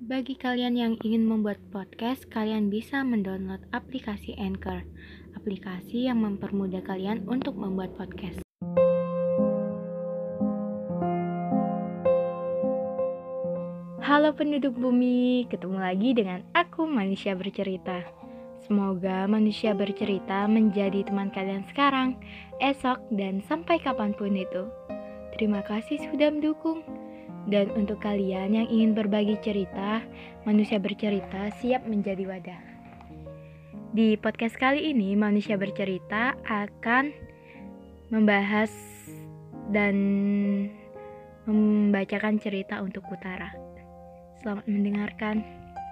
Bagi kalian yang ingin membuat podcast, kalian bisa mendownload aplikasi Anchor, aplikasi yang mempermudah kalian untuk membuat podcast. Halo penduduk bumi, ketemu lagi dengan aku Manusia Bercerita. Semoga Manusia Bercerita menjadi teman kalian sekarang, esok, dan sampai kapanpun itu. Terima kasih sudah mendukung. Dan untuk kalian yang ingin berbagi cerita, Manusia Bercerita siap menjadi wadah. Di podcast kali ini, Manusia Bercerita akan membahas dan membacakan cerita untuk Utara. Selamat mendengarkan.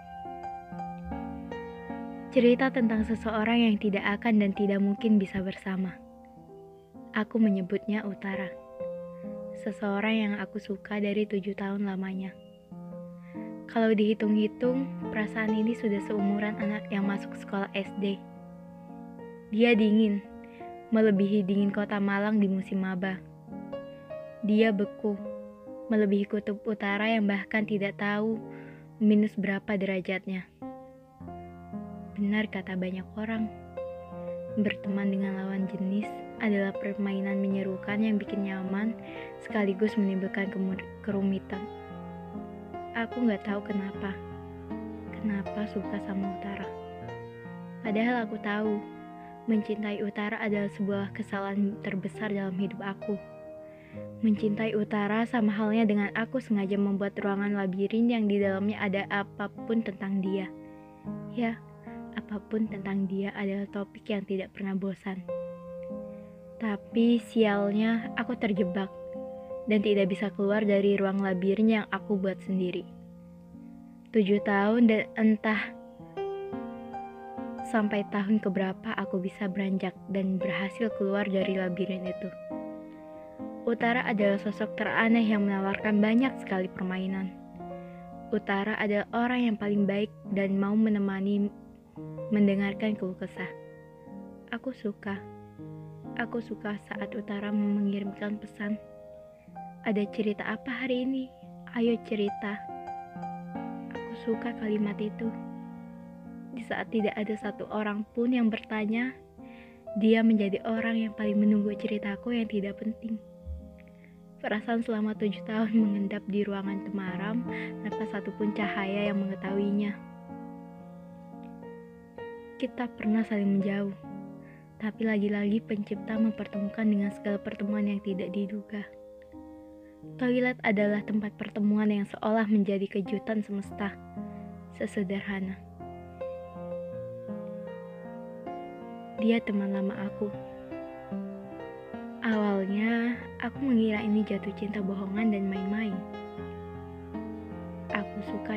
Cerita tentang seseorang yang tidak akan dan tidak mungkin bisa bersama. Aku menyebutnya Utara. Seseorang yang aku suka dari 7 tahun lamanya. Kalau dihitung-hitung, perasaan ini sudah seumuran anak yang masuk sekolah SD. Dia dingin, melebihi dingin kota Malang di musim maba. Dia beku, melebihi kutub utara yang bahkan tidak tahu minus berapa derajatnya. Benar kata banyak orang, berteman dengan lawan jenis adalah permainan menyerukan yang bikin nyaman sekaligus menimbulkan kerumitan. Aku gak tahu kenapa suka sama Utara. Padahal aku tahu, mencintai Utara adalah sebuah kesalahan terbesar dalam hidup aku. Mencintai Utara sama halnya dengan aku sengaja membuat ruangan labirin yang di dalamnya ada apapun tentang dia. Ya, apapun tentang dia adalah topik yang tidak pernah bosan. Tapi sialnya aku terjebak dan tidak bisa keluar dari ruang labirin yang aku buat sendiri. 7 tahun dan entah sampai tahun keberapa aku bisa beranjak dan berhasil keluar dari labirin itu. Utara adalah sosok teraneh yang menawarkan banyak sekali permainan. Utara adalah orang yang paling baik dan mau menemani mendengarkan keluh kesah. Aku suka saat Utara mengirimkan pesan. Ada cerita apa hari ini? Ayo cerita. Aku suka kalimat itu. Di saat tidak ada satu orang pun yang bertanya, dia menjadi orang yang paling menunggu ceritaku yang tidak penting. Perasaan selama 7 tahun mengendap di ruangan temaram tanpa satupun cahaya yang mengetahuinya. Kita pernah saling menjauh, tapi lagi-lagi pencipta mempertemukan dengan segala pertemuan yang tidak diduga. Toilet adalah tempat pertemuan yang seolah menjadi kejutan semesta. Sesederhana. Dia teman lama aku. Awalnya, aku mengira ini jatuh cinta bohongan dan main-main. Aku suka.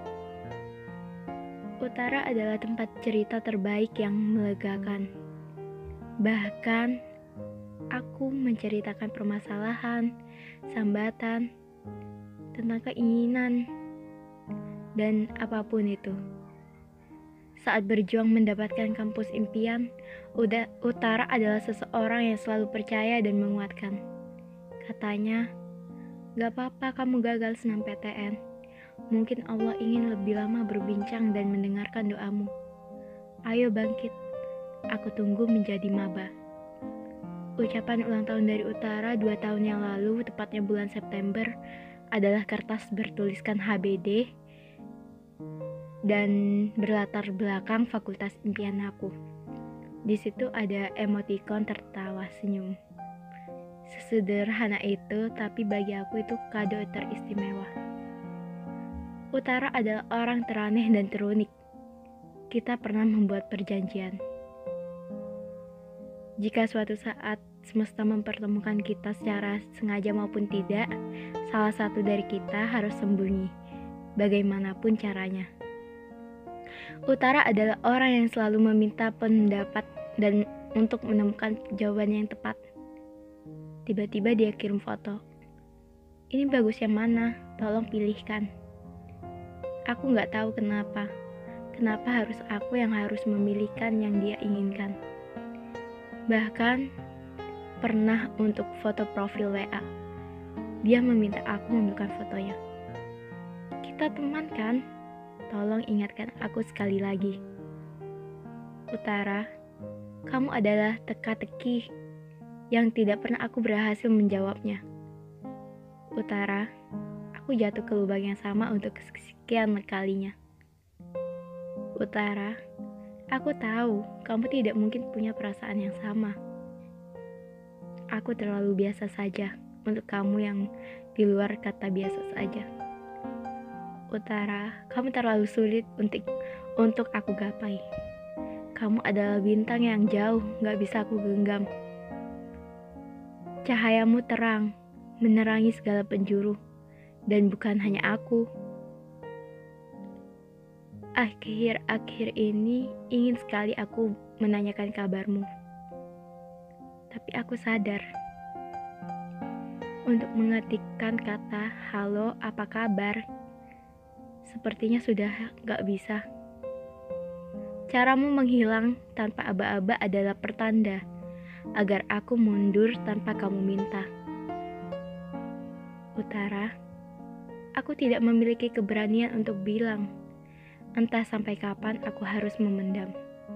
Utara adalah tempat cerita terbaik yang melegakan. Bahkan, aku menceritakan permasalahan, sambatan, tentang keinginan, dan apapun itu. Saat berjuang mendapatkan kampus impian, Utara adalah seseorang yang selalu percaya dan menguatkan. Katanya, gak apa-apa kamu gagal senam PTN. Mungkin Allah ingin lebih lama berbincang dan mendengarkan doamu. Ayo bangkit, aku tunggu menjadi maba. Ucapan ulang tahun dari Utara 2 tahun yang lalu, tepatnya bulan September, adalah kertas bertuliskan HBD dan berlatar belakang fakultas impian aku. Di situ ada emoticon tertawa senyum. Sesederhana itu, tapi bagi aku itu kado teristimewa. Utara adalah orang teraneh dan terunik. Kita pernah membuat perjanjian. Jika suatu saat semesta mempertemukan kita secara sengaja maupun tidak, salah satu dari kita harus sembunyi, bagaimanapun caranya. Utara adalah orang yang selalu meminta pendapat dan untuk menemukan jawaban yang tepat. Tiba-tiba dia kirim foto. Ini bagus yang mana? Tolong pilihkan. Aku gak tahu kenapa harus aku yang harus memilihkan yang dia inginkan. Bahkan pernah untuk foto profil WA, dia meminta aku membuka fotonya. Kita teman kan? tolong ingatkan aku sekali lagi. Utara, kamu adalah teka-teki yang tidak pernah aku berhasil menjawabnya. Utara, aku jatuh ke lubang yang sama untuk kesekian kalinya. Utara, aku tahu kamu tidak mungkin punya perasaan yang sama. Aku terlalu biasa saja untuk kamu yang di luar kata biasa saja. Utara, kamu terlalu sulit untuk aku gapai. Kamu adalah bintang yang jauh gak bisa aku genggam. Cahayamu terang, menerangi segala penjuru, dan bukan hanya aku. Akhir-akhir ini ingin sekali aku menanyakan kabarmu. Tapi aku sadar, untuk mengetikkan kata halo apa kabar, sepertinya sudah gak bisa. Caramu menghilang tanpa aba-aba adalah pertanda agar aku mundur tanpa kamu minta. Utara, aku tidak memiliki keberanian untuk bilang, entah sampai kapan aku harus memendam.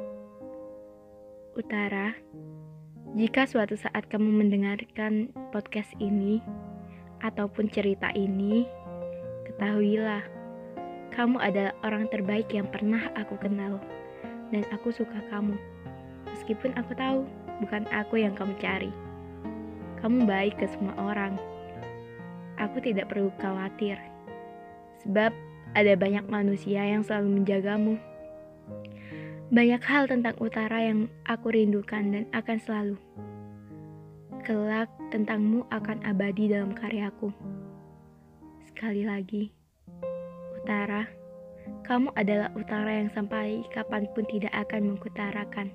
Utara, jika suatu saat kamu mendengarkan podcast ini ataupun cerita ini, ketahuilah, kamu adalah orang terbaik yang pernah aku kenal, dan aku suka kamu. Meskipun aku tahu bukan aku yang kamu cari. Kamu baik ke semua orang. Aku tidak perlu khawatir, sebab ada banyak manusia yang selalu menjagamu. Banyak hal tentang Utara yang aku rindukan dan akan selalu. Kelak tentangmu akan abadi dalam karyaku. Sekali lagi, Utara, kamu adalah utara yang sampai kapanpun tidak akan mengutarakan.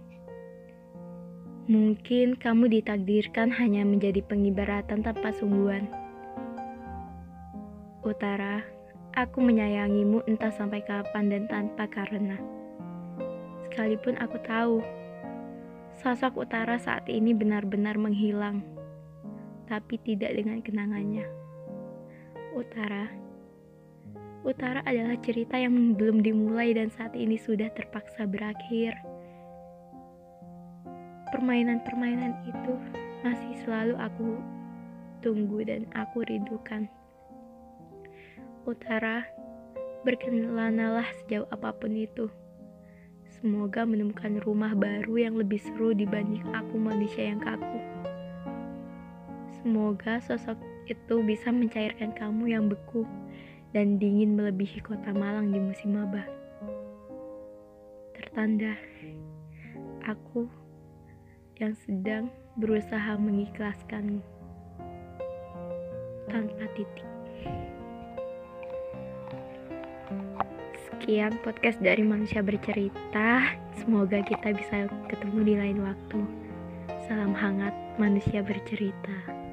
Mungkin kamu ditakdirkan hanya menjadi pengibaratan tanpa sungguhan. Utara, aku menyayangimu entah sampai kapan dan tanpa karena. Sekalipun aku tahu, sosok Utara saat ini benar-benar menghilang, tapi tidak dengan kenangannya. Utara adalah cerita yang belum dimulai dan saat ini sudah terpaksa berakhir. Permainan-permainan itu masih selalu aku tunggu dan aku rindukan. Utara, berkelanalah sejauh apapun itu. Semoga menemukan rumah baru yang lebih seru dibanding aku manusia yang kaku. Semoga sosok itu bisa mencairkan kamu yang beku dan dingin melebihi kota Malang di musim maba. Tertanda, aku yang sedang berusaha mengikhlaskanmu tanpa titik. Sekian podcast dari Manusia Bercerita. Semoga kita bisa ketemu di lain waktu. Salam hangat Manusia Bercerita.